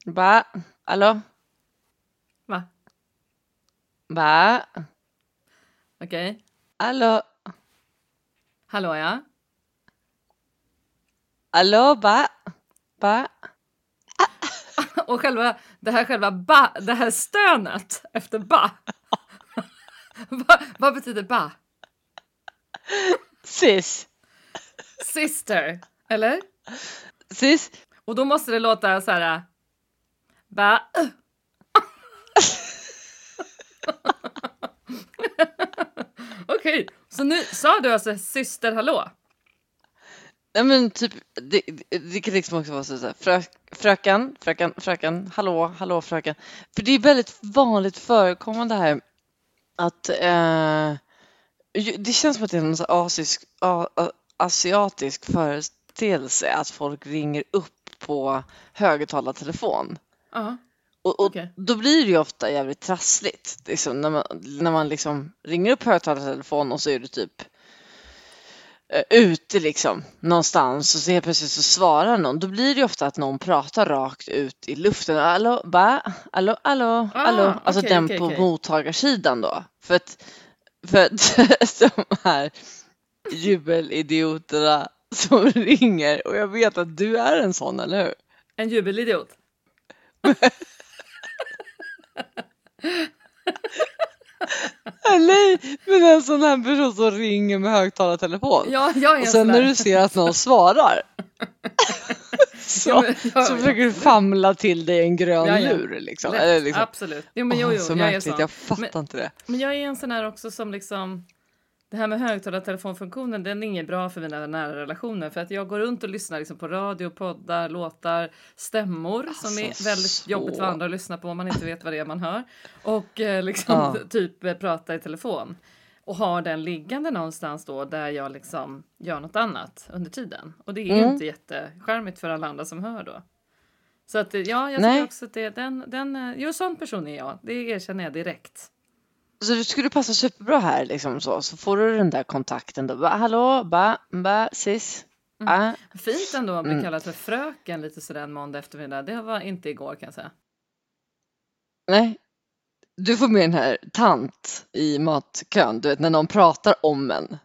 Va? Hallå? Va? Va? Okej. Hallå? Hallå, ja. Hallå? Va? Va? Och själva det här stönet efter ba. Vad betyder ba? Sis? Sister, eller? Sis? Och då måste det låta så här. Ba. Okej, så nu sa du alltså syster hallå? Nej men typ, det kan liksom också vara så här, fröken, hallå fröken. För det är väldigt vanligt förekommande här att det känns som att det är en asiatisk företeelse att folk ringer upp på högtalartelefon. Ja. Och Okej. då blir det ju ofta jävligt trassligt liksom, när man liksom ringer upp högtalartelefon och så är det typ ute liksom någonstans och så helt plötsligt så svarar någon. Då blir det ju ofta att någon pratar rakt ut i luften. Hallå, va? Hallå. Alltså okej, den okej, på okej. mottagarsidan då. För att de här jubelidioterna som ringer, och jag vet att du är en sån, eller hur? En jubelidiot. Nej, men en sån här person som ringer med högtalartelefon. Ja, jag är en Och sån sen när där. du ser att någon svarar så försöker du famla till dig en grön Ja, ja. lur liksom. Lätt, Eller liksom. absolut. Jo, men jo, Så jag är märkligt, sån. jag fattar inte det. Men jag är en sån här också som liksom, det här med högtalartelefonfunktionen, den är inget bra för mina nära relationer. För att jag går runt och lyssnar liksom på radio, poddar, låtar, stämmor som är väldigt så. jobbigt för andra att lyssna på om man inte vet vad det är man hör. Och liksom typ prata i telefon. Och har den liggande någonstans då där jag liksom gör något annat under tiden. Och det är inte jätteskärmigt för alla andra som hör då. Så att ja, jag tycker också att det är jo, sån person är jag. Det erkänner jag direkt. Så du skulle passa superbra här liksom så får du den där kontakten då. Hallå, ba, sis. Fint ändå att bli kallad för fröken lite sådär en måndag eftermiddag. Det var inte igår kan jag säga. Nej. Du får med den här tant i matkön, du vet när någon pratar om en.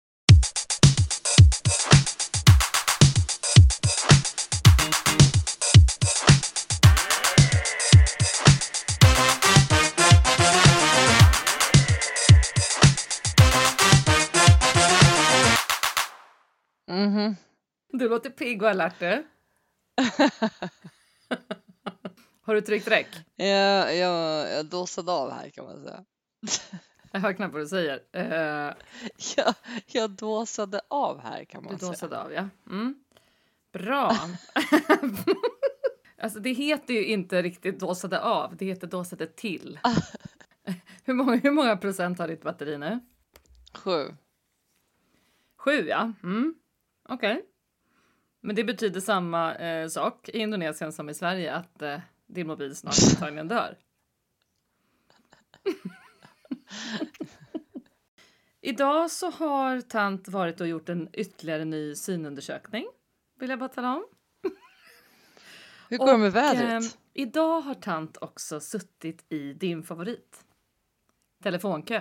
Du låter pigg och alert du. Har du tryckt räck? Jag dåsade av här kan man säga. Jag hör knappt vad du säger. Jag dåsade av här kan man Du säga. dåsade av, ja. Bra. Alltså det heter ju inte riktigt dåsade av. Det heter dåsade till. Hur många procent har ditt batteri nu? 7. 7, ja. Okej. Men det betyder samma sak i Indonesien som i Sverige, att din mobil snart antagligen dör. Idag så har tant varit och gjort en ytterligare ny synundersökning. Vill jag bara tala om. Hur går det med vädret? Idag har tant också suttit i din favorit. Telefonkö.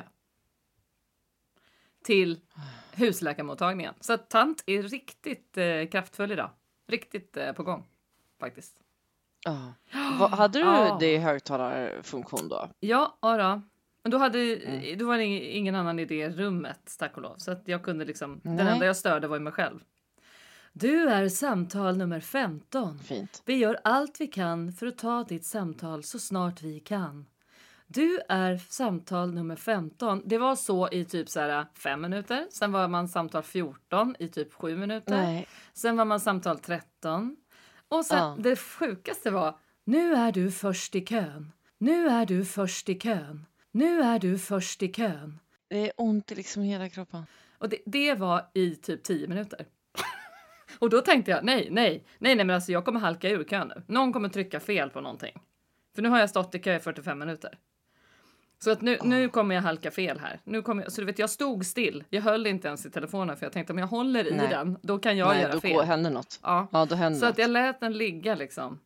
Till husläkarmottagningen. Så att tant är riktigt kraftfull idag. Riktigt på gång faktiskt. Hade du det i högtalarfunktion då? Ja, då. Men då var det ingen annan i det rummet, tack och lov. Så att jag kunde liksom, den enda jag störde var ju mig själv. Du är samtal nummer 15. Fint. Vi gör allt vi kan för att ta ditt samtal så snart vi kan. Du är samtal nummer 15. Det var så i typ så här 5 minuter. Sen var man samtal 14 i typ 7 minuter. Nej. Sen var man samtal 13. Och sen det sjukaste var, nu är du först i kön. Nu är du först i kön. Nu är du först i kön. Det är ont i liksom hela kroppen. Och det var i typ 10 minuter. Och då tänkte jag, nej, men alltså jag kommer halka ur kön nu. Någon kommer trycka fel på någonting. För nu har jag stått i kö i 45 minuter. Så att nu kommer jag halka fel här. Så du vet, jag stod still. Jag höll inte ens i telefonen för jag tänkte om jag håller i den, då kan jag göra fel. Nej, då händer något. Ja, då händer så något. att jag lät den ligga liksom.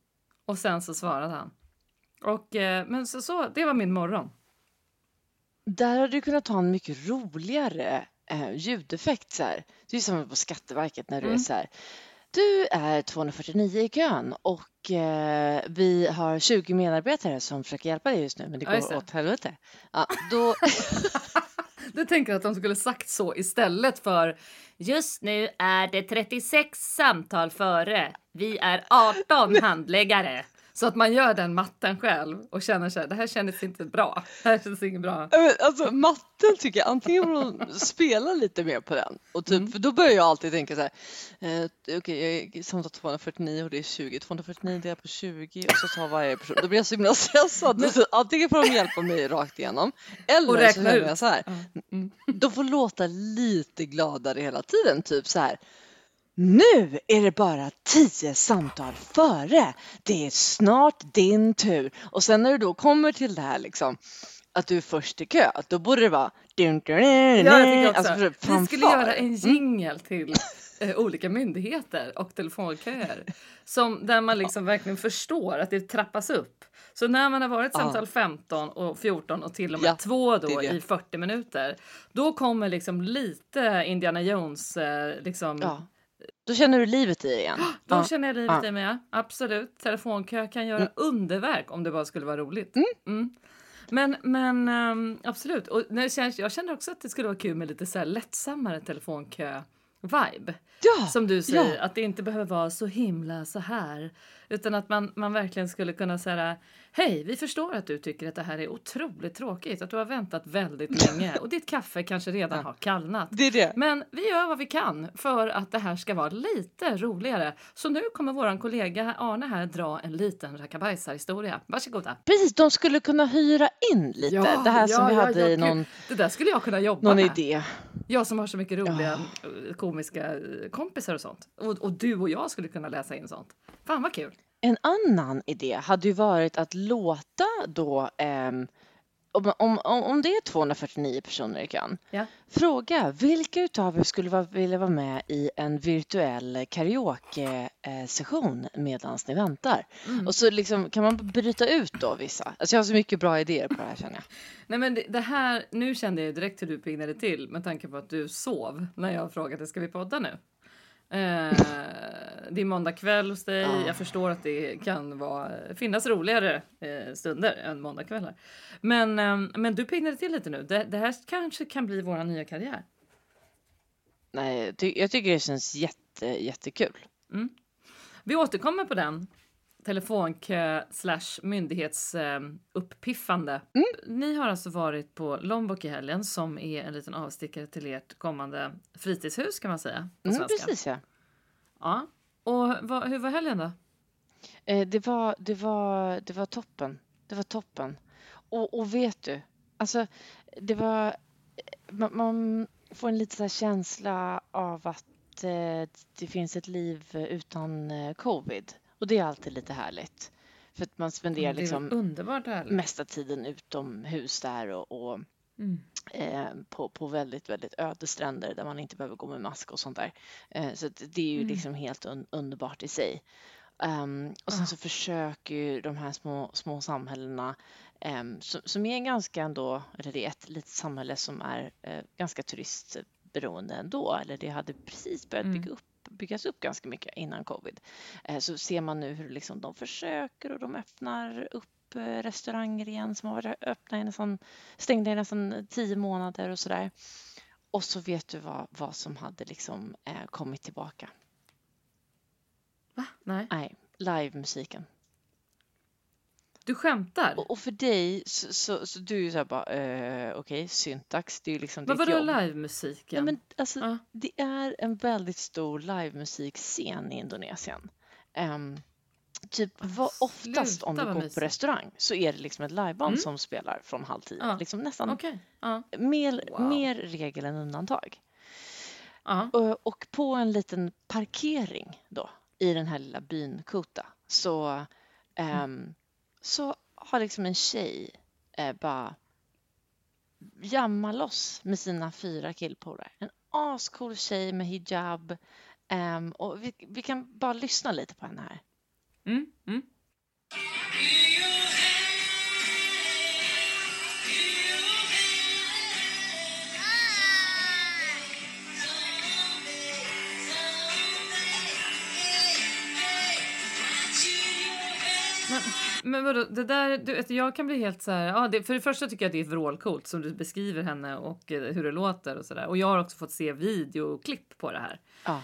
Och sen så svarade han. Och, men så, det var min morgon. Där hade du kunnat ta en mycket roligare ljudeffekt. Så här. Det är som på Skatteverket när du är så här. Du är 249 i kön och vi har 20 medarbetare som försöker hjälpa dig just nu, men det går åt helvete. Ja, då... Du tänker att de skulle sagt så istället för just nu är det 36 samtal före. Vi är 18 handläggare. Så att man gör den matten själv och känner sig, det här kändes inte bra. Det här känns inte bra. Alltså matten tycker jag, antingen får de spela lite mer på den. Och typ, för då börjar jag alltid tänka så här, okej, jag samtal 249 och det är 20. 249 delar på 20 och så tar varje person. Då blir jag så himla stressad. Så antingen får de hjälpa mig rakt igenom. Eller så känner jag så här, de får låta lite gladare hela tiden. Typ så här. Nu är det bara 10 samtal före. Det är snart din tur. Och sen när du då kommer till det här liksom, att du är först i kö, då borde det vara... Jag tycker också. Vi skulle göra en jingle till olika myndigheter och telefonköer. Där man liksom verkligen förstår att det trappas upp. Så när man har varit samtal 15 och 14 och till och med 2 då i 40 minuter. Då kommer liksom lite Indiana Jones liksom... Ja. Då känner du livet i igen. Då känner jag livet i mig, ja. Absolut. Telefonkö kan göra underverk om det bara skulle vara roligt. Men absolut. Och jag känner också att det skulle vara kul med lite så här lättsammare telefonkö-vibe. Ja, som du säger, att det inte behöver vara så himla så här. Utan att man verkligen skulle kunna säga, hej, vi förstår att du tycker att det här är otroligt tråkigt. Att du har väntat väldigt länge och ditt kaffe kanske redan har kallnat. Det är det. Men vi gör vad vi kan för att det här ska vara lite roligare. Så nu kommer våran kollega Arne här dra en liten rackabajsar-historia. Varsågoda. Precis, de skulle kunna hyra in lite. Det här som vi hade i någon... Det där skulle jag kunna jobba någon med. Idé. Jag som har så mycket roliga komiska kompisar och sånt. Och du och jag skulle kunna läsa in sånt. Fan vad kul. En annan idé hade ju varit att låta då, om det är 249 personer i kön, fråga vilka utav er skulle vilja vara med i en virtuell karaoke-session medan ni väntar. Och så liksom, kan man bryta ut då vissa. Alltså jag har så mycket bra idéer på det här, känner jag. Nej men det här, nu kände jag direkt hur du pignade till med tanke på att du sov när jag frågade, ska vi podda nu? Det är måndag kväll hos dig. Jag förstår att det kan finnas roligare stunder än måndagkvällar. Men du pignade till lite nu. Det här kanske kan bli vår nya karriär. Nej, jag tycker det känns jättekul. Vi återkommer på den. Telefonkö / myndighetsupppiffande. Ni har alltså varit på Lombok i helgen, som är en liten avstickare till ert kommande fritidshus, kan man säga på svenska. Precis, ja. Ja. Och hur var helgen då? Det var toppen. Det var toppen. Och vet du, alltså det var, man får en liten så här känsla av att det finns ett liv utan covid. Och det är alltid lite härligt. För att man spenderar liksom underbart härligt. Mesta tiden utomhus där och på väldigt, väldigt öde stränder där man inte behöver gå med mask och sånt där. Så det är ju liksom helt underbart i sig. Och sen så försöker ju de här små samhällena som är ganska ändå, eller det är ett litet samhälle som är ganska turistberoende ändå, eller det hade precis börjat byggas upp ganska mycket innan covid. Så ser man nu hur liksom de försöker och de öppnar upp restauranger igen som har varit stängda i nästan 10 månader och sådär. Och så vet du vad som hade liksom kommit tillbaka. Va? Nej, livemusiken. Du skämtar? Och för dig så du är ju så här bara okej, syntax, det är ju liksom ditt jobb. Vad var livemusiken? Nej, men alltså det är en väldigt stor livemusikscen i Indonesien. Typ oftast om du går på restaurang så är det liksom ett liveband som spelar från 9:30. Liksom nästan mer regel än undantag. Och på en liten parkering då i den här lilla byn Kuta så har liksom en tjej bara jamma loss med sina 4 killpolare. En ascool tjej med hijab. Och vi kan bara lyssna lite på henne här. Men vadå, det där, du vet, jag kan bli helt så här, ja, för det första tycker jag att det är vrålcoolt som du beskriver henne och hur det låter och sådär. Och jag har också fått se videoklipp på det här. Ja.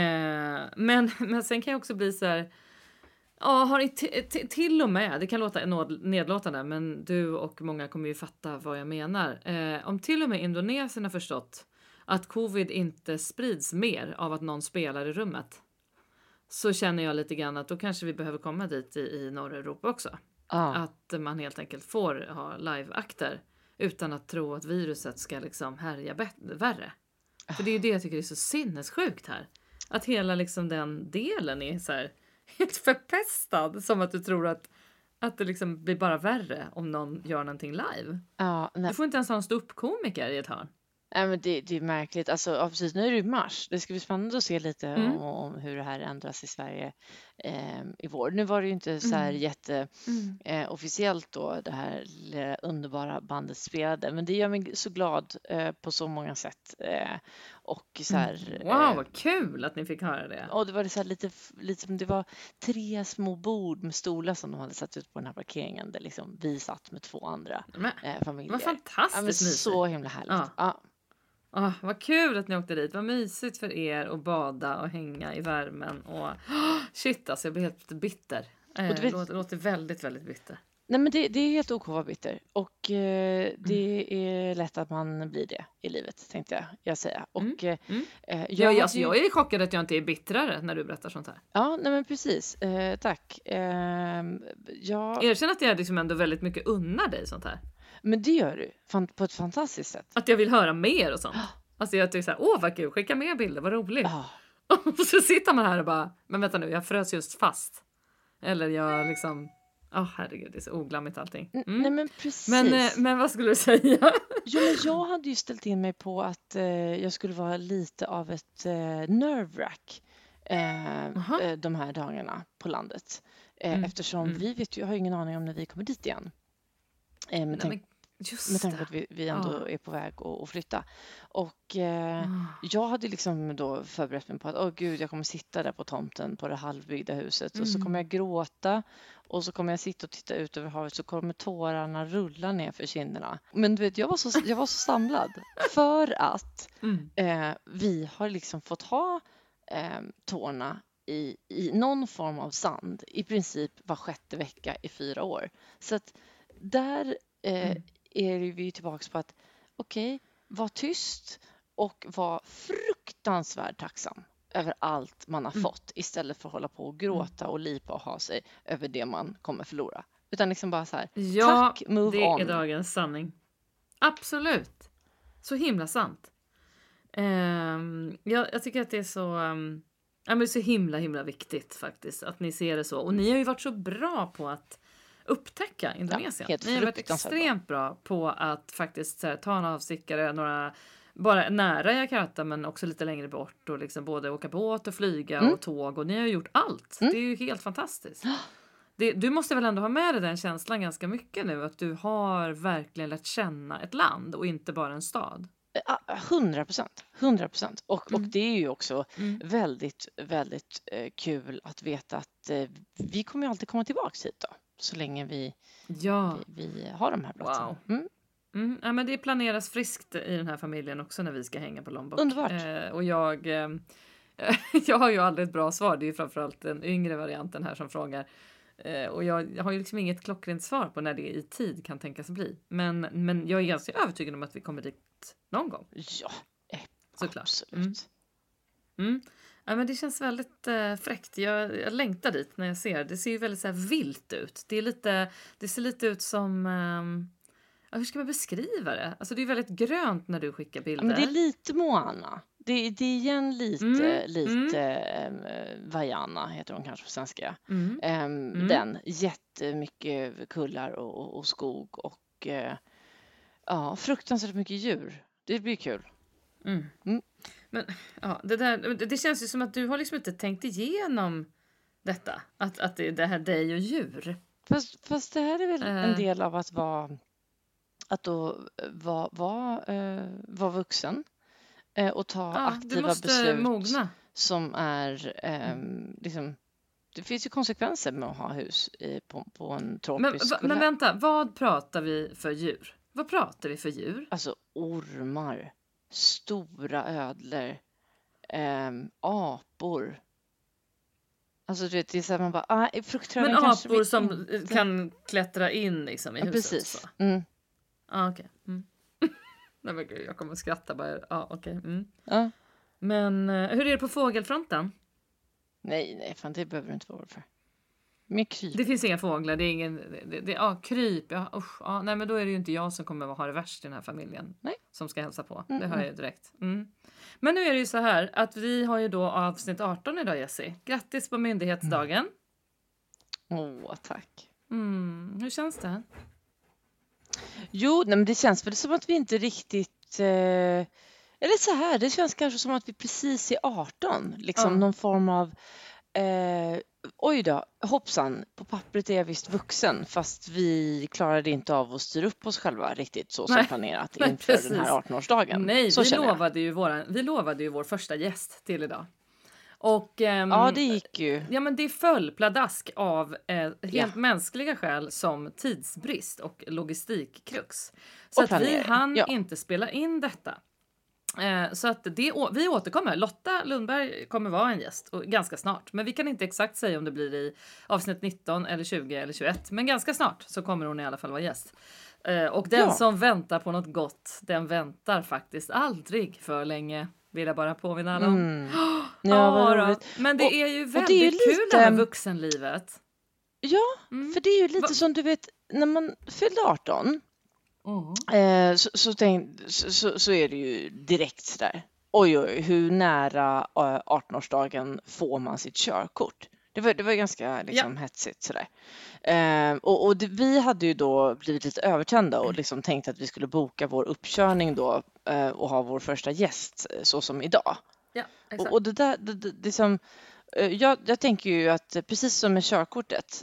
Men sen kan jag också bli så här, ja, har till och med, det kan låta nedlåtande, men du och många kommer ju fatta vad jag menar. Om till och med Indonesien har förstått att covid inte sprids mer av att någon spelar i rummet, så känner jag lite grann att då kanske vi behöver komma dit i norra Europa också. Att man helt enkelt får ha liveakter utan att tro att viruset ska liksom härja värre. För det är ju det jag tycker är så sinnessjukt här. Att hela liksom den delen är så här helt förpestad, som att du tror att det liksom blir bara värre om någon gör någonting live. Du får inte ens ha en ståuppkomiker i ett hörn. Nej, men det är märkligt. Alltså, precis, nu är det ju mars. Det ska bli spännande att se lite om hur det här ändras i Sverige i vår. Nu var det ju inte så här officiellt då, det här lilla underbara bandet spelade. Men det gör mig så glad på så många sätt. Och så här, wow, vad kul att ni fick höra det. Och det var det så här lite som det var 3 små bord med stolar som de hade satt ut på den här parkeringen. Där liksom vi satt med 2 andra familjer. Vad fantastiskt mysigt. Så himla härligt. Ja. Vad kul att ni åkte dit. Vad mysigt för er att bada och hänga i värmen. Och shit, alltså jag blir helt bitter. Det låter väldigt, väldigt bitter. Nej, men det är helt ok att vara bitter. Och det är lätt att man blir det i livet, tänkte jag säga. Och, jag är chockad att jag inte är bittrare när du berättar sånt här. Ja, nej men precis. Tack. Erkänn att jag liksom ändå väldigt mycket unnar dig sånt här. Men det gör du på ett fantastiskt sätt. Att jag vill höra mer och sånt. Alltså jag tycker så här, vad kul, skicka mer bilder, vad roligt. Och så sitter man här och bara, men vänta nu, jag frös just fast. Eller jag liksom, herregud, det är så oglammigt allting. Nej, men precis. Men vad skulle du säga? Jo, men jag hade ju ställt in mig på att jag skulle vara lite av ett nerve-wrack de här dagarna på landet. Eftersom vi vet ju, jag har ingen aning om när vi kommer dit igen. Med tanke på att vi ändå är på väg att flytta. Och jag hade liksom då förberett mig på att jag kommer sitta där på tomten på det halvbyggda huset. Och så kommer jag gråta. Och så kommer jag sitta och titta ut över havet. Så kommer tårarna rulla ner för kinderna. Men du vet, jag var så samlad. För att vi har liksom fått ha tårna i någon form av sand. I princip var 6:e vecka i 4 år. Så att där är vi tillbaka på att var tyst och var fruktansvärt tacksam över allt man har fått, istället för att hålla på och gråta och lipa och ha sig över det man kommer förlora. Utan liksom bara så här, tack, move on. Det är dagens sanning. Absolut. Så himla sant. Jag tycker att det är så himla viktigt faktiskt att ni ser det så. Och ni har ju varit så bra på att upptäcka Indonesien. Ni har varit extremt bra på att faktiskt så här, ta en avstickare, några bara nära Jakarta men också lite längre bort och liksom både åka båt och flyga och tåg, och ni har gjort allt. Det är ju helt fantastiskt. Du måste väl ändå ha med dig den känslan ganska mycket nu, att du har verkligen lärt känna ett land och inte bara en stad. 100%. Och det är ju också väldigt, väldigt kul att veta att vi kommer ju alltid komma tillbaka hit då. Så länge vi har de här platserna. Wow. Ja, men det planeras friskt i den här familjen också när vi ska hänga på Lombok. Underbart. Och jag har ju aldrig ett bra svar. Det är ju framförallt den yngre varianten här som frågar. Och jag har ju liksom inget klockrent svar på när det i tid kan tänkas bli. Men jag är ganska övertygad om att vi kommer dit någon gång. Ja, såklart. Absolut. Ja, men det känns väldigt fräckt. Jag längtar dit när jag ser. Det ser ju väldigt så här vilt ut. Det ser lite ut som... hur ska man beskriva det? Alltså det är väldigt grönt när du skickar bilder. Men det är lite Moana. Det är igen lite Vaiana heter hon kanske på svenska. Den jättemycket kullar och skog och fruktansvärt mycket djur. Det blir kul. Men det känns ju som att du har liksom inte tänkt igenom detta. Att det här dig och djur. Fast det här är väl en del av att vara vuxen och ta aktiva beslut mogna. som är liksom det finns ju konsekvenser med att ha hus på en tropisk men vänta, vad pratar vi för djur? Vad pratar vi för djur? Alltså ormar, stora ödlor, apor. Alltså du vet, det är så här, man bara, fruktträden men kanske apor som kan klättra in liksom i huset? Precis. Så. Okej. Nej men gud, jag kommer att skratta bara. Okej. Ja. Men hur är det på fågelfronten? Nej, fan det behöver du inte vara för. Med kryp. Det finns inga fåglar, det är ingen... kryp, nej men då är det ju inte jag som kommer att ha det värst i den här familjen. Nej. Som ska hälsa på, det hör jag ju direkt. Men nu är det ju så här att vi har ju då avsnitt 18 idag, Jessie. Grattis på myndighetsdagen. Tack. Hur känns det? Jo, men det känns väl som att vi inte riktigt... eller så här, det känns kanske som att vi precis är 18. Liksom någon form av... oj då, hoppsan, på pappret är jag visst vuxen fast vi klarade inte av att styra upp oss själva riktigt så som planerat inför den här 18-årsdagen. Nej, vi lovade ju vår första gäst till idag. Och, ja, det gick ju. Ja, men det föll pladask av helt mänskliga skäl som tidsbrist och logistikkrux. Så att vi hann inte spela in detta. Så att vi återkommer. Lotta Lundberg kommer vara en gäst och ganska snart. Men vi kan inte exakt säga om det blir i avsnitt 19 eller 20 eller 21. Men ganska snart så kommer hon i alla fall vara gäst. Och den som väntar på något gott, den väntar faktiskt aldrig för länge. Vill jag bara påminna alla om. Men det är ju väldigt kul det här med vuxenlivet. Ja, för det är ju lite som du vet, när man fyllde 18... så är det ju direkt sådär. Oj, hur nära 18-årsdagen får man sitt körkort? Det var ganska hetsigt sådär. Vi hade ju då blivit lite övertända och liksom tänkt att vi skulle boka vår uppkörning då och ha vår första gäst så som idag. Ja, exakt. Och det där, det som, jag tänker ju att precis som med körkortet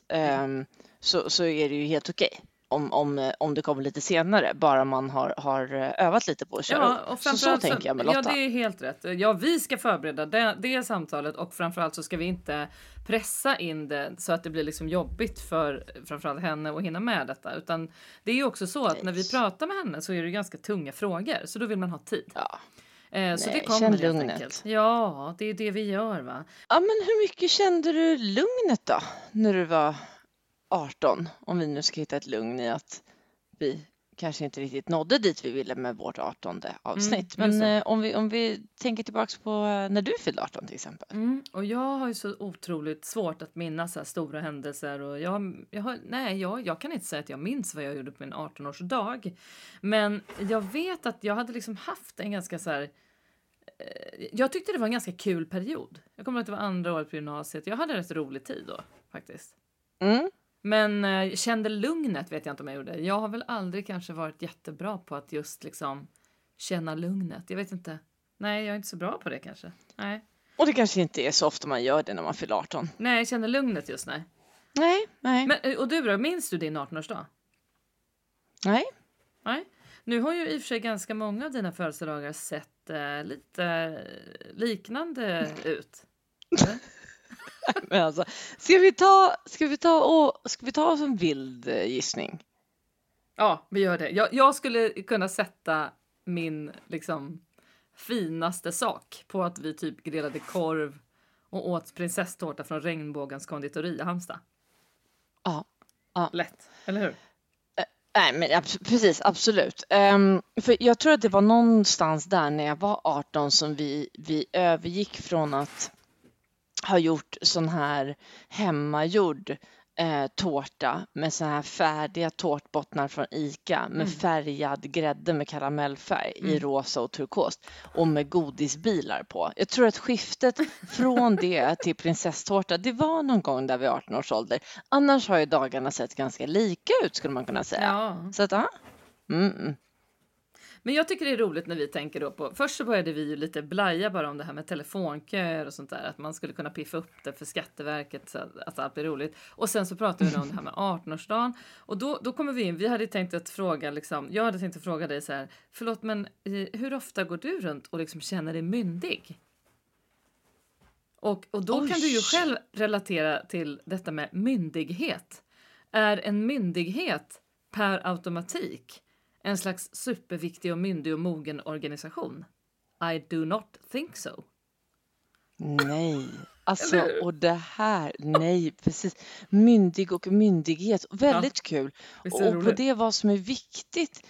så är det ju helt okej. Om det kommer lite senare, bara man har övat lite på att köra. Ja, så tänker jag med Lotta. Ja, det är helt rätt. Ja, vi ska förbereda det samtalet och framförallt så ska vi inte pressa in det så att det blir liksom jobbigt för framförallt henne att hinna med detta. Utan det är ju också så att när vi pratar med henne så är det ganska tunga frågor. Så då vill man ha tid. Ja. Så det kommer helt enkelt. Ja, det är det vi gör va. Ja, men hur mycket kände du lugnet då när du var 18, om vi nu ska hitta ett lugn i att vi kanske inte riktigt nådde dit vi ville med vårt 18:e avsnitt. Men om vi tänker tillbaka på när du fyllde 18 till exempel. Och jag har ju så otroligt svårt att minnas så här stora händelser och jag kan inte säga att jag minns vad jag gjorde på min 18-årsdag. Men jag vet att jag hade liksom haft en ganska så här jag tyckte det var en ganska kul period. Jag kommer ihåg att det var andra året på gymnasiet. Jag hade rätt rolig tid då faktiskt. Men kände lugnet vet jag inte om jag gjorde. Jag har väl aldrig kanske varit jättebra på att just liksom känna lugnet. Jag vet inte. Nej, jag är inte så bra på det kanske. Nej. Och det kanske inte är så ofta man gör det när man fyller 18. Nej, jag känner lugnet just nej. Nej. Men, och du då, minns du din 18-årsdag? Nej. Nu har ju i och för sig ganska många av dina födelsedagar sett lite liknande ut. Men alltså, ska vi ta som vild gissning? Ja, vi gör det. Jag skulle kunna sätta min liksom finaste sak på att vi typ grillade korv och åt prinsesstårta från Regnbågens konditori i Halmstad. Ja. Lätt, eller hur? Nej, men precis, absolut. För jag tror att det var någonstans där när jag var 18 som vi övergick från att ha gjort sån här hemmagjord tårta med så här färdiga tårtbottnar från Ica med färgad grädde med karamellfärg i rosa och turkost och med godisbilar på. Jag tror att skiftet från det till prinsesstårta, det var någon gång där vid 18 års ålder. Annars har ju dagarna sett ganska lika ut skulle man kunna säga. Ja. Så att, Men jag tycker det är roligt när vi tänker då på... Först så började vi ju lite blaja bara om det här med telefonköer och sånt där. Att man skulle kunna piffa upp det för Skatteverket så att allt blir roligt. Och sen så pratade vi om det här med 18-årsdagen. Och då kommer vi in. Vi hade tänkt att fråga liksom... Jag hade tänkt att fråga dig så här. Förlåt, men hur ofta går du runt och liksom känner dig myndig? Och då kan du ju själv relatera till detta med myndighet. Är en myndighet per automatik en slags superviktig och myndig och mogen organisation? I do not think so. Nej, alltså och det här, nej precis, myndig och myndighet, väldigt kul. Och på det vad som är viktigt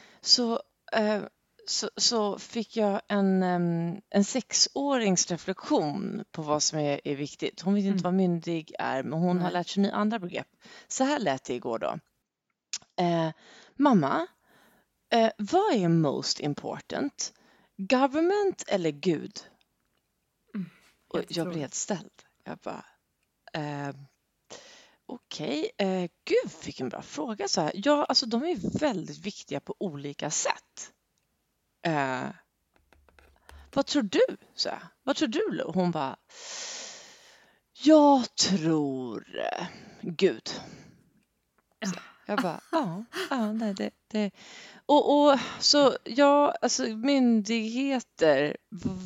så fick jag en 6-årings reflektion på vad som är viktigt. Hon vet inte vad myndig är, men hon har lärt sig andra begrepp. Så här lät det igår då. Mamma, vad är most important? Government eller Gud? Och jag blev helt ställd. Jag bara, okej, Gud, vilken bra fråga. Så här. Ja, alltså de är väldigt viktiga på olika sätt. Vad tror du? Så här. Vad tror du, Lo? Hon bara, jag tror Gud. Så jag bara, nej, det. Och så, ja, alltså myndigheter.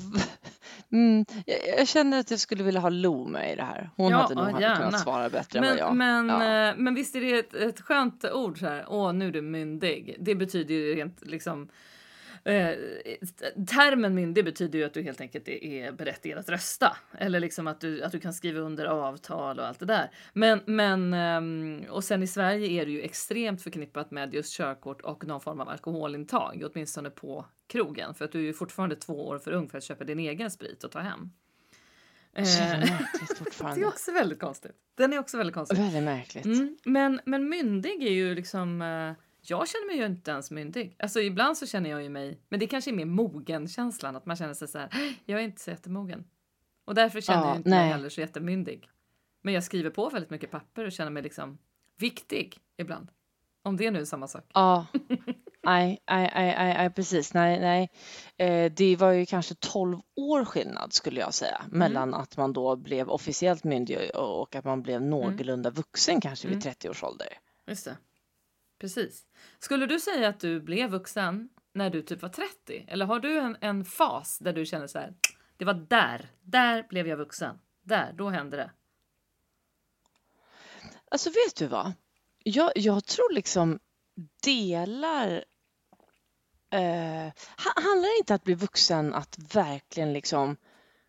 Jag känner att jag skulle vilja ha Lo med i det här. Hon hade nog kunnat svara bättre än vad jag. Men visst är det ett skönt ord så här. Nu är du myndig. Det betyder ju rent liksom... termen myndig betyder ju att du helt enkelt är berättigad att rösta. Eller liksom att du kan skriva under avtal och allt det där. Men och sen i Sverige är det ju extremt förknippat med just körkort och någon form av alkoholintag. Åtminstone på krogen. För att du är ju fortfarande 2 år för ung för att köpa din egen sprit och ta hem. Märkligt fortfarande. Det är också väldigt konstigt. Den är också väldigt konstig. Väldigt märkligt. Men myndig är ju liksom... jag känner mig ju inte ens myndig. Alltså ibland så känner jag ju mig... Men det kanske är mer mogen-känslan. Att man känner sig så här... Jag är inte så jättemogen. Och därför känner jag inte mig heller så jättemyndig. Men jag skriver på väldigt mycket papper och känner mig liksom viktig ibland. Om det nu är samma sak. Ja. Nej, precis. Nej. Det var ju kanske 12 år skillnad skulle jag säga. Mellan att man då blev officiellt myndig och att man blev någorlunda vuxen kanske vid 30 års ålder. Just det. Precis. Skulle du säga att du blev vuxen när du typ var 30? Eller har du en fas där du känner så här, det var där blev jag vuxen. Då hände det. Alltså vet du vad? Jag tror liksom delar... handlar inte att bli vuxen att verkligen liksom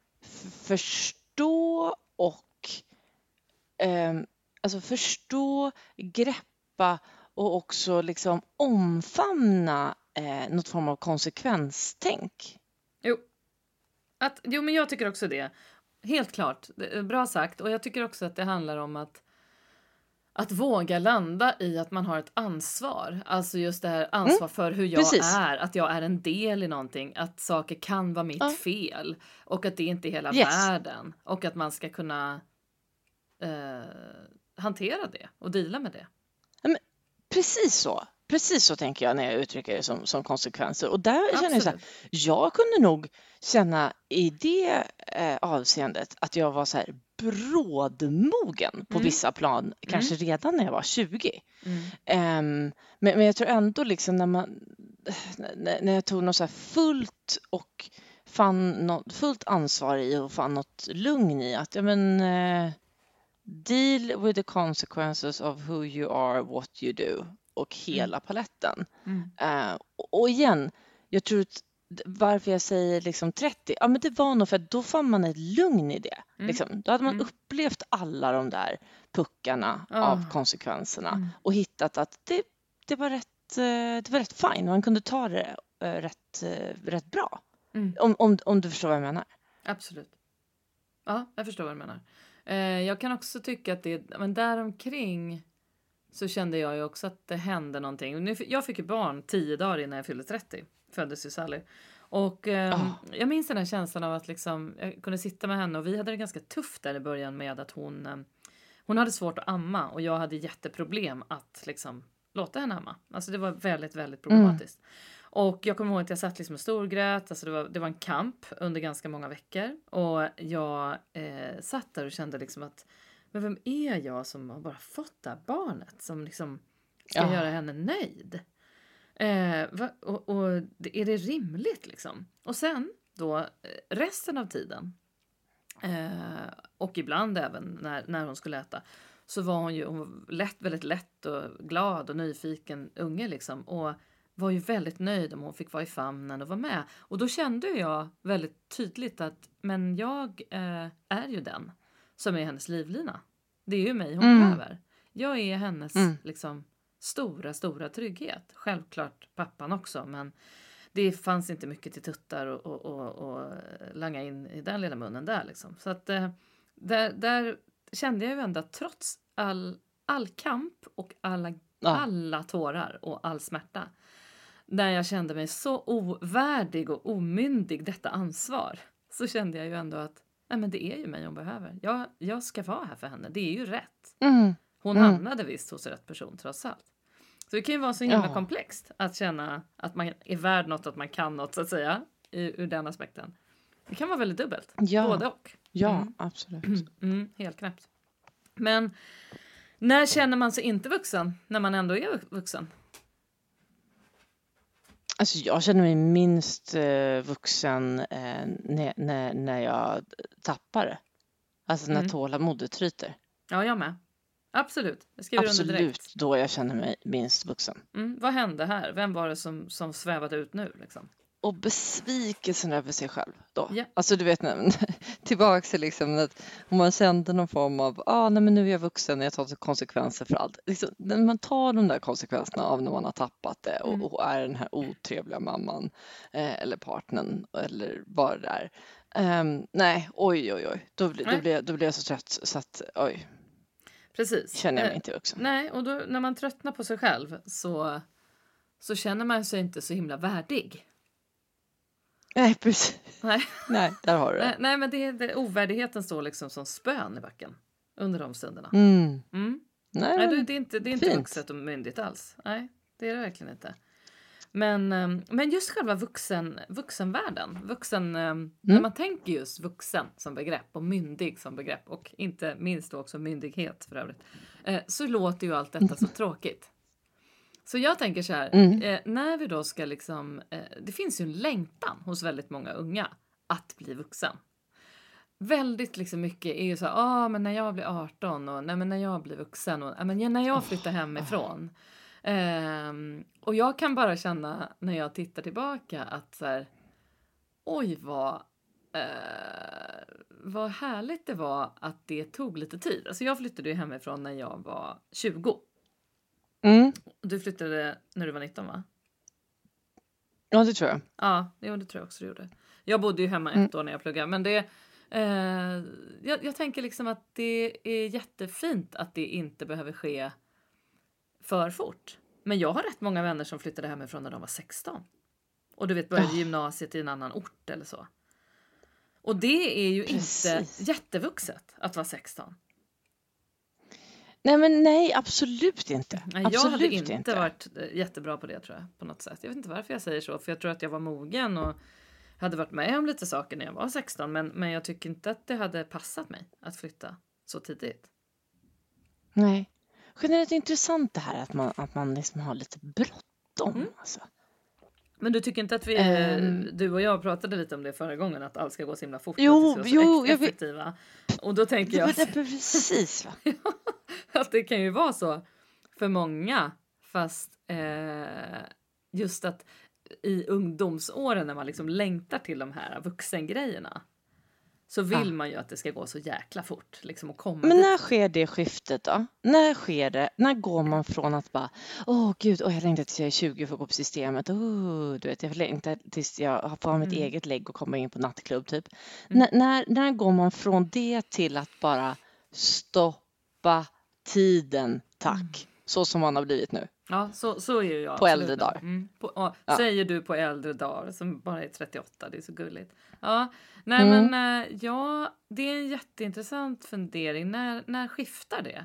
förstå och alltså förstå, greppa och också liksom omfamna något form av konsekvenstänk. Jo, men jag tycker också det. Helt klart. Bra sagt. Och jag tycker också att det handlar om att våga landa i att man har ett ansvar. Alltså just det här ansvar för hur jag är. Att jag är en del i någonting. Att saker kan vara mitt fel. Och att det inte är hela världen. Och att man ska kunna hantera det. Och deala med det. Men, precis så tänker jag när jag uttrycker det som konsekvenser. Och där känner jag så här, jag kunde nog känna i det avseendet att jag var så här brådmogen på vissa plan, kanske redan när jag var 20. Men jag tror ändå liksom när jag tog något så här fullt och fann något fullt ansvar i och fann något lugn i att deal with the consequences of who you are, what you do och hela paletten. Och igen, jag tror att varför jag säger liksom 30, men det var nog för att då fann man ett lugn i det. Liksom. Då hade man upplevt alla de där puckarna av konsekvenserna och hittat att det var rätt fine. Man kunde ta det rätt bra. Om du förstår vad jag menar. Absolut. Ja, jag förstår vad du menar. Jag kan också tycka att men däromkring så kände jag ju också att det hände någonting. Jag fick ju barn 10 dagar innan jag fyllde 30. Föddes ju Sally. Och jag minns den här känslan av att liksom, jag kunde sitta med henne och vi hade det ganska tufft där i början med att hon hade svårt att amma och jag hade jätteproblem att liksom låta henne amma. Alltså det var väldigt, väldigt problematiskt. Och jag kommer ihåg att jag satt liksom och storgrät. Alltså det var en kamp under ganska många veckor. Och jag satt där och kände liksom att men vem är jag som har bara fått det här barnet som liksom ska göra henne nöjd? Och är det rimligt liksom? Och sen då resten av tiden Och ibland även när hon skulle äta. Så var hon var väldigt lätt och glad och nyfiken unge liksom. Och var ju väldigt nöjd om hon fick vara i famnen och vara med. Och då kände jag väldigt tydligt att men jag är ju den som är hennes livlina. Det är ju mig hon behöver. Jag är hennes liksom stora trygghet. Självklart pappan också, men det fanns inte mycket till tuttar och langa in i den lilla munnen där liksom. Så att där kände jag ju ändå att trots all kamp och alla tårar och all smärta, när jag kände mig så ovärdig och omyndig detta ansvar, så kände jag ju ändå att nej, men det är ju mig hon behöver. Jag ska vara här för henne. Det är ju rätt. Hon hamnade visst hos rätt person trots allt. Så det kan ju vara så himla komplext att känna att man är värd något, att man kan något så att säga, ur den aspekten. Det kan vara väldigt dubbelt. Både och. Ja, absolut. Helt knäppt. Men när känner man sig inte vuxen när man ändå är vuxen? Alltså jag känner mig minst vuxen när jag tappar det. Alltså när tålamodet tryter. Ja, jag med. Absolut. Jag skriver under direkt. Absolut, då jag känner mig minst vuxen. Vad hände här? Vem var det som svävade ut nu liksom? Och besvikelsen över sig själv då. Ja. Alltså du vet, tillbaka till liksom att om man kände någon form av nej men nu är jag vuxen och jag tar konsekvenser för allt. Liksom, när man tar de där konsekvenserna av när man har tappat det och är den här otrevliga mamman eller partnern eller vad det är. Nej, oj. Då blir jag så trött så att oj. Precis. Känner jag mig inte vuxen. Nej, och då, när man tröttnar på sig själv så känner man sig inte så himla värdig. Nej, precis. Nej, där har du det. Nej, men det ovärdigheten står liksom som spön i backen under de stunderna. Nej, det är inte vuxet och myndigt alls. Nej, det är det verkligen inte. Men just själva vuxenvärlden. När man tänker just vuxen som begrepp och myndig som begrepp och inte minst också myndighet för övrigt, så låter ju allt detta så tråkigt. Så jag tänker så här, när vi då ska liksom, det finns ju en längtan hos väldigt många unga att bli vuxen. Väldigt liksom mycket är ju så här, men när jag blir 18 och nej, men när jag blir vuxen och men när jag flyttar hemifrån. Och jag kan bara känna när jag tittar tillbaka att så här, oj vad härligt det var att det tog lite tid. Alltså jag flyttade ju hemifrån när jag var 20. Du flyttade när du var 19, va? Ja, det tror jag. Ja, det tror jag också du gjorde. Jag bodde ju hemma ett år när jag pluggade. Men jag tänker liksom att det är jättefint att det inte behöver ske för fort. Men jag har rätt många vänner som flyttade hemifrån när de var 16. Och du vet, började gymnasiet i en annan ort eller så. Och det är ju inte jättevuxet att vara 16. Nej, absolut inte. Nej, jag hade inte varit jättebra på det, tror jag, på något sätt. Jag vet inte varför jag säger så, för jag tror att jag var mogen och hade varit med om lite saker när jag var 16. Men jag tycker inte att det hade passat mig att flytta så tidigt. Nej. Generellt intressant det här att man liksom har lite bråttom. Alltså. Men du tycker inte att du och jag pratade lite om det förra gången, att allt ska gå så himla fort? Jo, effektiva. Och då tänker jag... Det är precis, va? Att det kan ju vara så för många, fast just att i ungdomsåren när man liksom längtar till de här vuxengrejerna, så vill man ju att det ska gå så jäkla fort liksom, att komma Men dit. när sker det skiftet då? När sker det? När går man från att bara jag längtar tills jag är 20 för att gå på systemet. Du vet, jag längtar tills jag får ha mitt eget lägg och komma in på nattklubb typ. När går man från det till att bara stoppa tiden, tack. Så som man har blivit nu. Ja, så är ju jag. På äldre dagar. Säger du på äldre dagar som bara är 38, det är så gulligt. Ja, men det är en jätteintressant fundering. När skiftar det?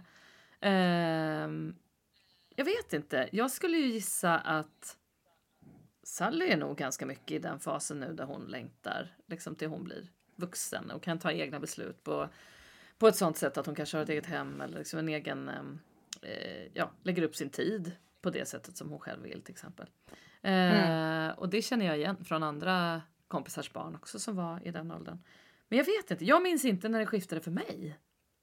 Jag vet inte. Jag skulle ju gissa att Sally är nog ganska mycket i den fasen nu där hon längtar liksom till hon blir vuxen och kan ta egna beslut på ett sånt sätt att hon kanske har ett eget hem eller liksom en egen, lägger upp sin tid på det sättet som hon själv vill till exempel. Och det känner jag igen från andra kompisars barn också som var i den åldern. Men jag vet inte, jag minns inte när det skiftade för mig.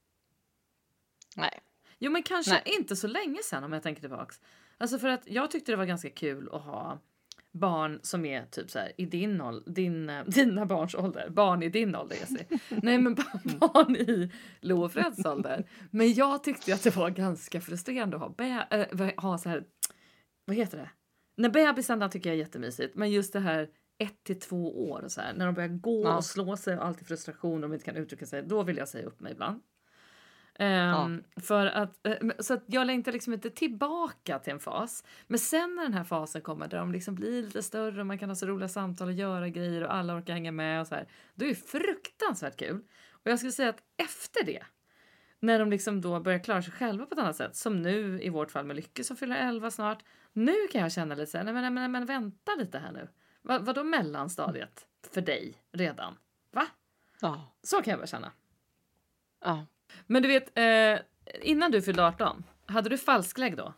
Nej. Jo, men kanske inte så länge sedan om jag tänker tillbaks. Alltså för att jag tyckte det var ganska kul att ha barn som är typ så här i dina barns ålder. Barn i din ålder, Jessie. Nej, men barn i Lo och Freds ålder. Men jag tyckte att det var ganska frustrerande att ha så här, vad heter det? När bebisen tycker jag är jättemysigt. Men just det här 1-2 år och så här. När de börjar gå och slå sig och allt i frustration och de inte kan uttrycka sig. Då vill jag säga upp mig ibland. För att, så att jag längtar liksom inte tillbaka till en fas. Men sen när den här fasen kommer där de liksom blir lite större och man kan ha så roliga samtal och göra grejer och alla orkar hänga med och så här. Då är det fruktansvärt kul. Och jag skulle säga att efter det, när de liksom då börjar klara sig själva på ett annat sätt, som nu i vårt fall med Lycke som fyller 11 snart. Nu kan jag känna lite så här, men vänta lite här nu. Vadå mellanstadiet för dig redan? Va? Ja. Så kan jag bara känna. Ja. Men du vet, innan du fyllde 18, hade du falsklägg då?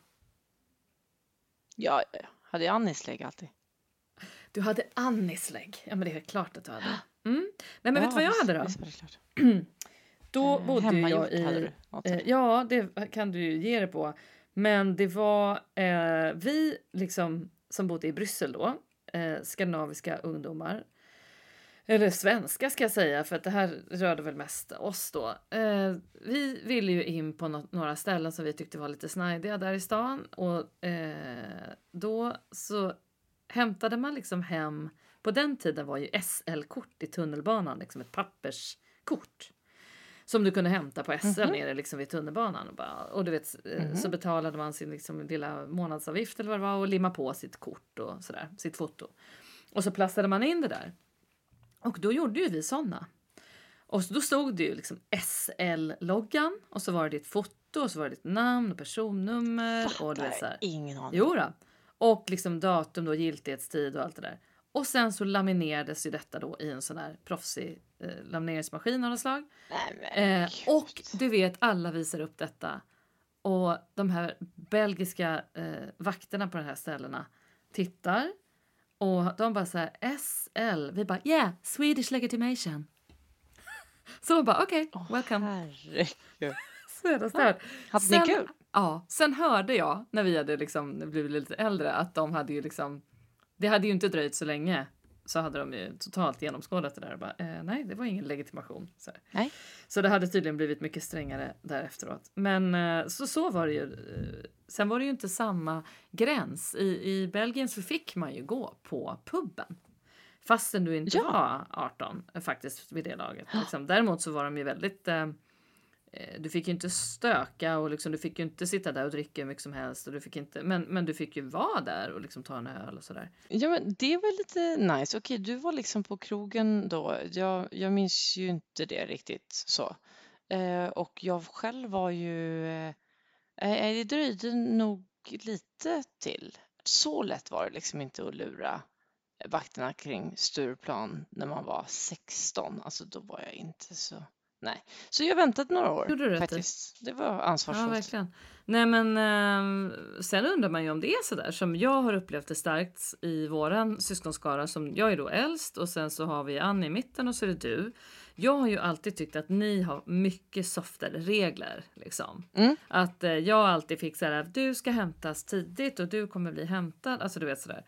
Ja, hade jag Annislägg alltid. Du hade Annislägg. Ja, men det är klart att du hade. Nej, men vet du vad jag hade då? Det är klart. Då bodde jag i... hade du något. Ja, det kan du ju ge det på. Men det var vi liksom som bodde i Bryssel då. Skandinaviska ungdomar. Eller svenska ska jag säga, för att det här rörde väl mest oss då. Vi ville ju in på några ställen som vi tyckte var lite snajdiga där i stan. Och då så hämtade man liksom hem... På den tiden var ju SL-kort i tunnelbanan liksom ett papperskort. Som du kunde hämta på SL nere liksom vid tunnelbanan. Och du vet, så betalade man sin liksom lilla månadsavgift eller vad det var och limma på sitt kort och sådär, sitt foto. Och så plastade man in det där. Och då gjorde ju vi sådana. Och då stod det ju liksom SL-loggan. Och så var det ditt foto. Och så var det ditt namn och personnummer. Fattar, och du vet så här. Ingen aning. Jo då. Och liksom datum då, giltighetstid och allt det där. Och sen så laminerades ju detta då i en sån här proffsig lamineringsmaskin av något slag. Och du vet, alla visar upp detta. Och de här belgiska vakterna på de här ställena tittar. Och de bara så här, SL. Vi bara, yeah, Swedish legitimation. Så de bara, okej, welcome. Herregud. Så är det stört. Hade ni kul? Ja, sen hörde jag när vi hade liksom blivit lite äldre att de hade ju liksom, det hade ju inte dröjt så länge. Så hade de ju totalt genomskådat det där och bara, nej, det var ingen legitimation. Nej. Så det hade tydligen blivit mycket strängare där efteråt. Men så var det ju. Sen var det ju inte samma gräns. I Belgien så fick man ju gå på puben. Fastän du inte var 18 faktiskt vid det laget. Liksom. Däremot så var de ju väldigt... du fick ju inte stöka och liksom, du fick ju inte sitta där och dricka hur mycket som helst. Och du fick inte, men du fick ju vara där och liksom ta en öl och sådär. Ja, men det var lite nice. Okej, du var liksom på krogen då. Jag minns ju inte det riktigt så. Och jag själv var ju... det dröjde nog lite till. Så lätt var det liksom inte att lura vakterna kring Stureplan när man var 16. Alltså då var jag inte så... Nej, så jag väntade några år. Gjorde du faktiskt. Det var ansvarsfullt. Ja, verkligen. Nej, men sen undrar man ju om det är så där som jag har upplevt det starkt i våran syskonskara, som jag är då äldst och sen så har vi Annie i mitten och så är det du. Jag har ju alltid tyckt att ni har mycket softare regler liksom. Att jag alltid fick så här, du ska hämtas tidigt och du kommer bli hämtad, alltså du vet sådär.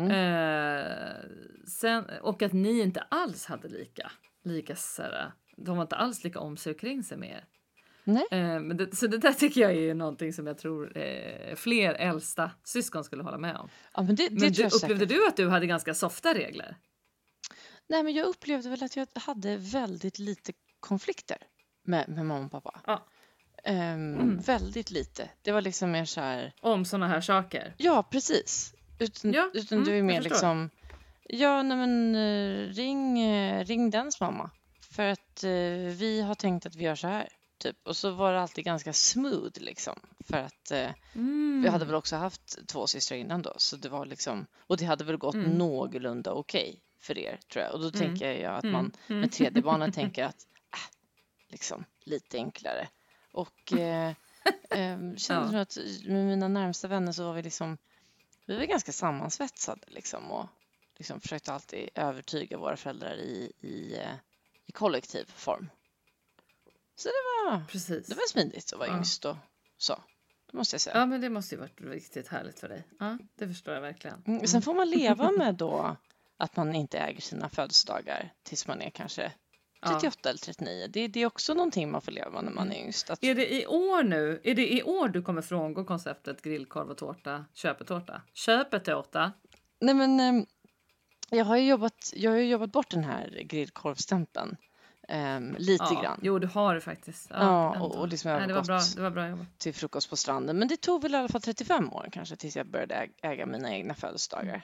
Sen, och att ni inte alls hade lika så här, de var inte alls lika om sig och kring sig med er. Nej. Så det där tycker jag är någonting som jag tror fler äldsta syskon skulle hålla med om. Ja, men upplevde du att du hade ganska softa regler? Nej, men jag upplevde väl att jag hade väldigt lite konflikter med mamma och pappa. Ja. Väldigt lite. Det var liksom mer så här... Om såna här saker? Ja, precis. Utan du är mer liksom... Ja, nej men ring dens mamma. För att vi har tänkt att vi gör så här. Typ. Och så var det alltid ganska smooth liksom. För att vi hade väl också haft 2 systrar innan då. Så det var liksom... Och det hade väl gått någorlunda okej för er, tror jag. Och då tänker jag att man med 3D-barnen tänker att liksom lite enklare. Och kände nog att med mina närmsta vänner så var vi var ganska sammansvetsade liksom. Och liksom försökte alltid övertyga våra föräldrar i i kollektiv form. Så det var smidigt att vara yngst och så. Det måste jag säga. Ja, men det måste ju varit riktigt härligt för dig. Ja, det förstår jag verkligen. Sen får man leva med då att man inte äger sina födelsedagar tills man är kanske 38 eller 39. Det är också någonting man får leva när man är yngst. Är det i år nu? Är det i år du kommer frångå konceptet grillkorv och tårta, köpetårta? Köpetårta? Nej, men jag har ju jobbat bort den här grillkorvstämpeln lite grann. Jo, du har det faktiskt. Och liksom jag det var bra jobbat. Till frukost på stranden. Men det tog väl i alla fall 35 år kanske tills jag började äga mina egna födelsedagar.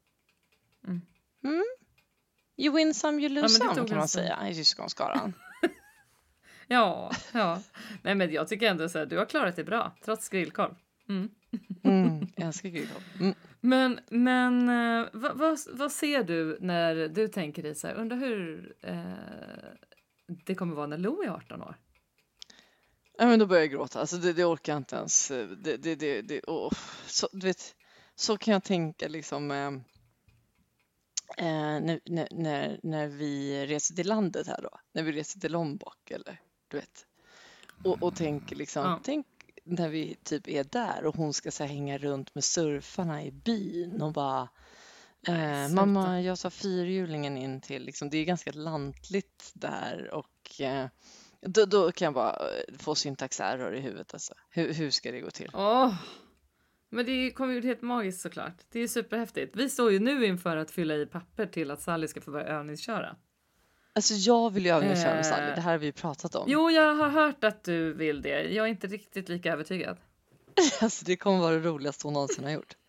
You win some, you lose some, kan man säga i syskonskaran. Ja. Nej, men jag tycker ändå så här, du har klarat det bra, trots grillkorv. Jag älskar grillkorv. Men vad ser du när du tänker dig så här, undrar hur det kommer vara när Lo är 18 år? Ja, men då börjar jag gråta. Alltså det orkar jag inte ens. Så, du vet, så kan jag tänka liksom när vi reser till landet här då. När vi reser till Lombok eller du vet. Och tänker liksom, tänk när vi typ är där och hon ska så här, hänga runt med surfarna i byn och bara mamma, jag tar fyrhjulingen in till liksom, det är ganska lantligt där och då kan jag bara få syntaxerror i huvudet alltså. Hur ska det gå till? Men det kommer ju helt magiskt såklart. Det är superhäftigt. Vi står ju nu inför att fylla i papper till att Sally ska få börja övningsköra. Alltså jag vill ju övningsköra med Sally. Det här har vi ju pratat om. Jo, jag har hört att du vill det. Jag är inte riktigt lika övertygad. Alltså det kommer vara det roligaste hon någonsin har gjort.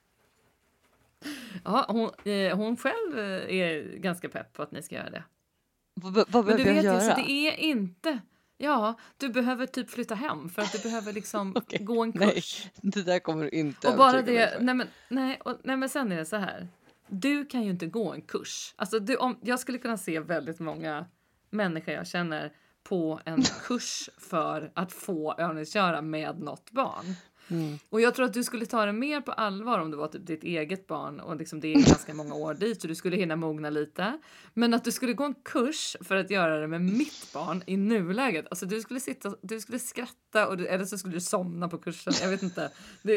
Ja, hon själv är ganska pepp på att ni ska göra det. Vad behöver jag göra? Så det är inte... Ja, du behöver typ flytta hem för att du behöver liksom gå en kurs. Nej, det där kommer du inte och bara det, nej, men sen är det så här. Du kan ju inte gå en kurs. Alltså jag skulle kunna se väldigt många människor jag känner på en kurs för att få övningsköra med något barn. Och jag tror att du skulle ta det mer på allvar om det var typ ditt eget barn och liksom det är ganska många år dit så du skulle hinna mogna lite. Men att du skulle gå en kurs för att göra det med mitt barn i nuläget. Alltså du skulle skratta eller så skulle du somna på kursen. Jag vet inte.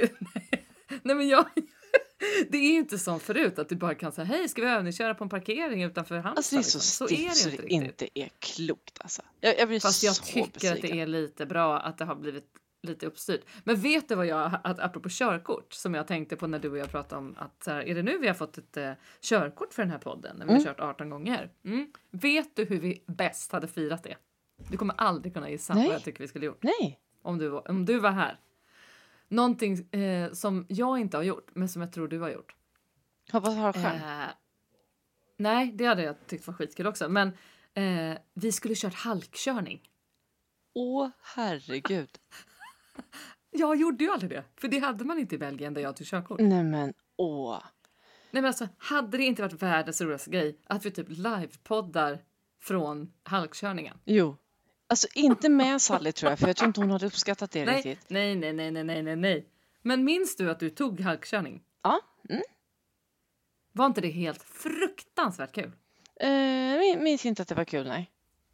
Nej men det är inte som förut att du bara kan säga hej, ska vi övningsköra på en parkering utanför Halmstad? Alltså det är så stift så det inte är klokt alltså. Jag blir Fast jag så tycker besviken. att det är lite bra att det har blivit lite uppstyrt. Men vet du vad apropå körkort som jag tänkte på när du och jag pratade om att är det nu vi har fått ett körkort för den här podden när vi har kört 18 gånger. Vet du hur vi bäst hade firat det? Du kommer aldrig kunna gissa vad jag tycker vi skulle gjort. Nej. Om du var här. Någonting som jag inte har gjort men som jag tror du har gjort. Hoppas ha skärm. Nej, det hade jag tyckt var skitkul också. Men vi skulle kört halkkörning. Åh, herregud. Jag gjorde ju aldrig det. För det hade man inte i Belgien där jag tog körkort. Nej men alltså, hade det inte varit världens roligaste grej att vi typ livepoddar från halkkörningen? Jo. Alltså inte med Sally tror jag, för jag tror inte hon hade uppskattat det riktigt. Nej. Men minns du att du tog halkkörning? Ja. Var inte det helt fruktansvärt kul? Minns inte att det var kul, nej.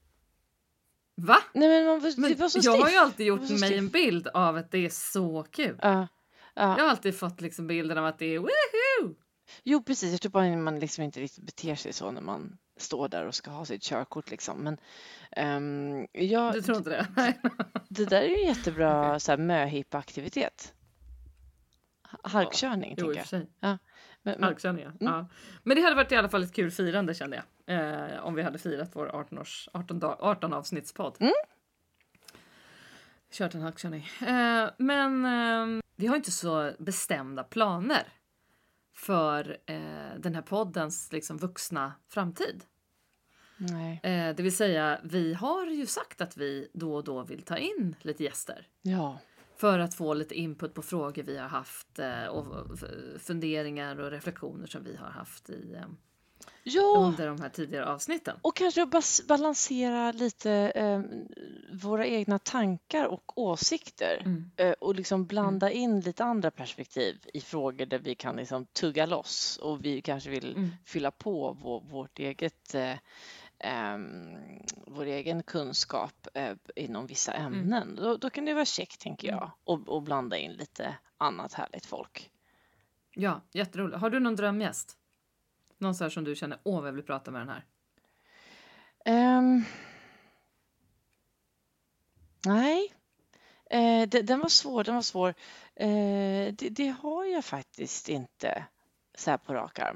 Va? Nej, men det var så jag har ju alltid gjort mig en bild av att det är så kul. Jag har alltid fått liksom bilden av att det är woohoo! Jo, precis. Jag tror bara man liksom inte riktigt beter sig så när man står där och ska ha sitt körkort liksom. Men du tror inte det? Det där är ju jättebra så här möhippa-aktivitet. Halkkörning, tänker jag. Sig. Ja. Halkkörning, ja. Men det hade varit i alla fall ett kul firande, kände jag. Om vi hade firat vår 18 avsnittspodd. Kört en halkkörning. Men vi har inte så bestämda planer för den här poddens liksom vuxna framtid. Nej. Det vill säga, vi har ju sagt att vi då och då vill ta in lite gäster. Ja. För att få lite input på frågor vi har haft och funderingar och reflektioner som vi har haft under de här tidigare avsnitten. Och kanske balansera lite våra egna tankar och åsikter. Och liksom blanda in lite andra perspektiv i frågor där vi kan liksom tugga loss. Och vi kanske vill fylla på vårt eget vår egen kunskap inom vissa ämnen. Då kan det vara käckt, tänker jag, och blanda in lite annat härligt folk. Ja, jätteroligt. Har du någon drömgäst? Någon så här som du känner, jag vill prata med den här. Nej, den var svår. Det har jag faktiskt inte så här på rak arm.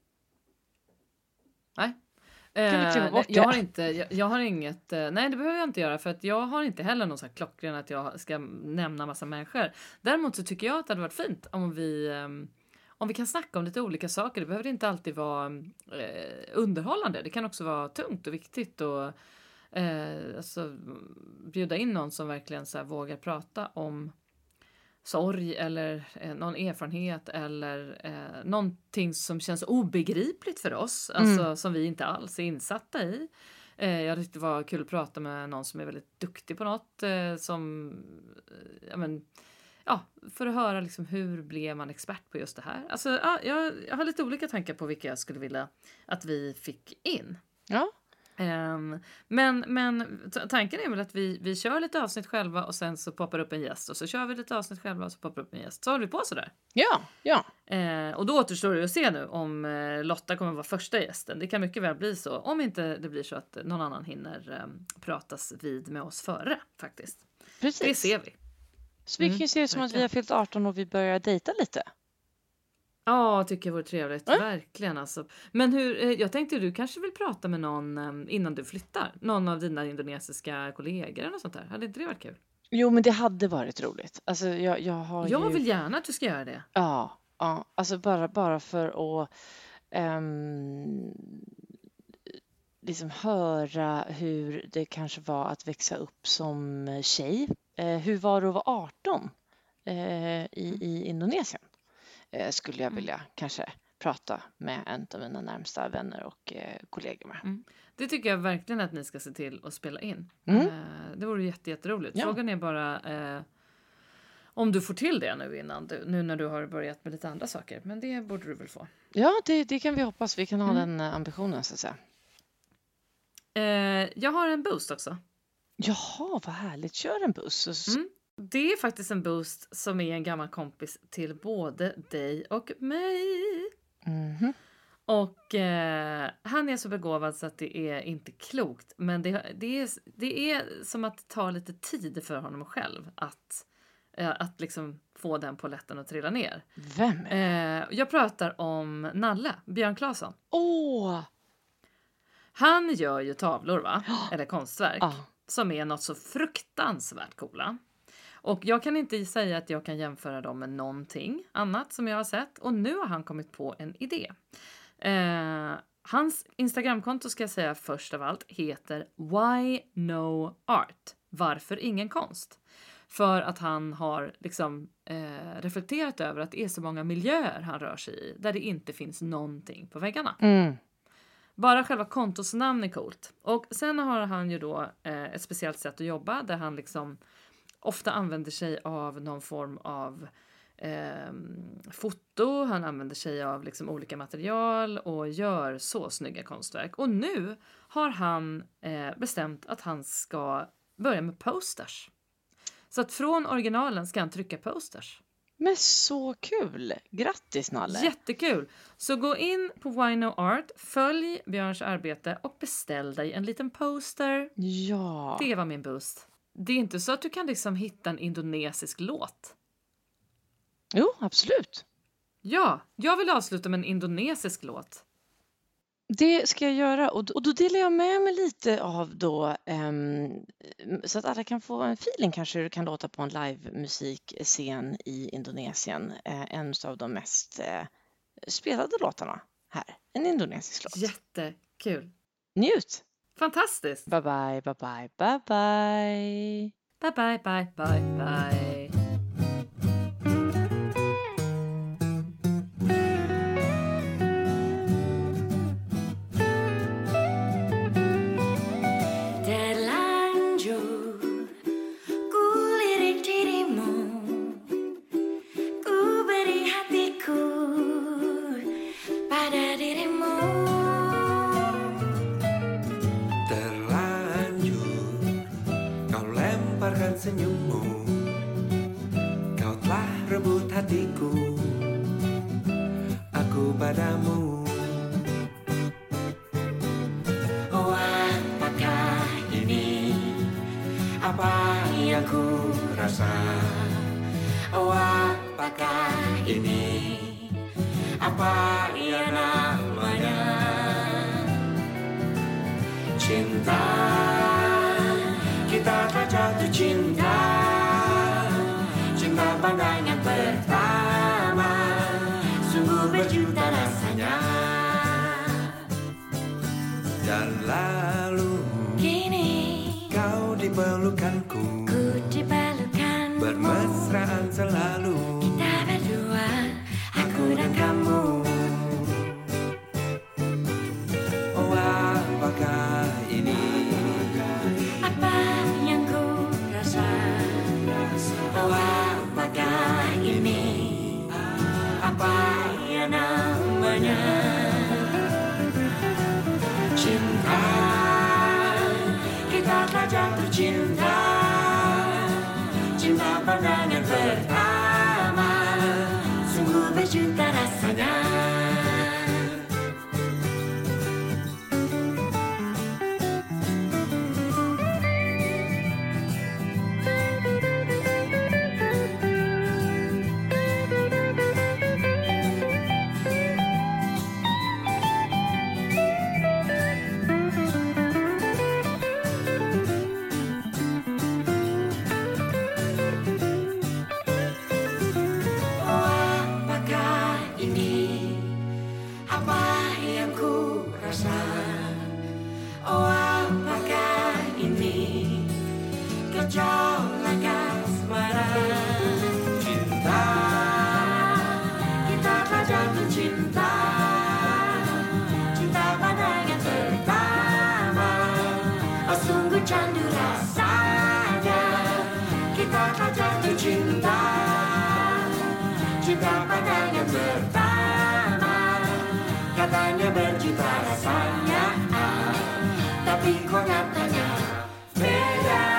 Nej. Kan du kliva bort det? Jag har inget, nej det behöver jag inte göra, för att jag har inte heller någon så här klockren att jag ska nämna massa människor. Däremot så tycker jag att det hade varit fint om vi kan snacka om lite olika saker. Det behöver inte alltid vara underhållande. Det kan också vara tungt och viktigt och alltså, bjuda in någon som verkligen så här vågar prata om sorg eller någon erfarenhet eller någonting som känns obegripligt för oss. Alltså som vi inte alls är insatta i. Jag tyckte det var kul att prata med någon som är väldigt duktig på något för att höra liksom, hur blev man expert på just det här. Alltså, jag har lite olika tankar på vilka jag skulle vilja att vi fick in. Ja. Men tanken är väl att vi kör lite avsnitt själva och sen så poppar upp en gäst och så kör vi lite avsnitt själva och så poppar upp en gäst. Så håller vi på sådär. Ja. Och då återstår det att se nu om Lotta kommer vara första gästen. Det kan mycket väl bli så. Om inte det blir så att någon annan hinner pratas vid med oss före faktiskt. Precis. Det ser vi. Så vi kan ju se det som att vi har fyllt 18 och vi börjar dejta lite. Ja, tycker jag vore trevligt. Verkligen alltså. Men jag tänkte du kanske vill prata med någon innan du flyttar. Någon av dina indonesiska kollegor eller något sånt där. Hade inte det varit kul? Jo, men det hade varit roligt. Alltså, jag vill gärna att du ska göra det. Ja. Alltså bara för att liksom höra hur det kanske var att växa upp som tjej. Hur var det att vara 18 i Indonesien? Skulle jag vilja kanske prata med en av mina närmsta vänner och kollegor med. Det tycker jag verkligen att ni ska se till att spela in. Det vore jätteroligt. Ja. Frågan är bara om du får till det nu när du har börjat med lite andra saker. Men det borde du väl få. Ja, det kan vi hoppas. Vi kan ha den ambitionen så att säga. Jag har en boost också. Jaha, vad härligt. Kör en boost. Det är faktiskt en boost som är en gammal kompis till både dig och mig. Och han är så begåvad så att det är inte klokt. Men det är som att ta lite tid för honom själv att liksom få den polletten att trilla ner. Vem? Jag pratar om Nalle, Björn Claesson. Han gör ju tavlor va? Eller konstverk. Som är något så fruktansvärt coola. Och jag kan inte säga att jag kan jämföra dem med någonting annat som jag har sett. Och nu har han kommit på en idé. Hans Instagramkonto ska jag säga först av allt heter Why No Art? Varför ingen konst? För att han har liksom reflekterat över att det är så många miljöer han rör sig i. Där det inte finns någonting på väggarna. Bara själva kontos namn är coolt. Och sen har han ju då ett speciellt sätt att jobba. Där han liksom ofta använder sig av någon form av foto. Han använder sig av liksom olika material och gör så snygga konstverk. Och nu har han bestämt att han ska börja med posters. Så att från originalen ska han trycka posters. Men så kul! Grattis Nalle! Jättekul! Så gå in på Why No Art, följ Björns arbete och beställ dig en liten poster. Ja! Det var min boost. Det är inte så att du kan liksom hitta en indonesisk låt. Jo, absolut. Ja, jag vill avsluta med en indonesisk låt. Det ska jag göra och då delar jag med mig lite av då så att alla kan få en feeling kanske hur det kan låta på en livemusikscen i Indonesien. En av de mest spelade låtarna här. En indonesisk låt. Jättekul. Njut! Fantastiskt! Bye bye, bye bye, bye bye. Bye bye, bye bye, bye. lembut hatiku, aku padamu. Oh, apakah ini apa yang ku rasa? Oh, apakah ini apa yang namanya cinta? Kita tak jatuh cinta, cinta pandangan pertama, sungguh berjuta rasanya. Dan lalu kini kau di pelukanku, ku di pelukanmu, bermesraan selalu, kita berdua, aku dan kamu. Oh, apakah ini Apa yang ku rasa? oh, apakah ini Apa yang namanya cinta? kita telah jatuh cinta, cinta pandangan pertama, sungguh berjuta rasanya. Candu rasanya, kita telah jatuh cinta, cinta pandangan pertama, katanya berjuta rasanya, tapi kok nyatanya beda.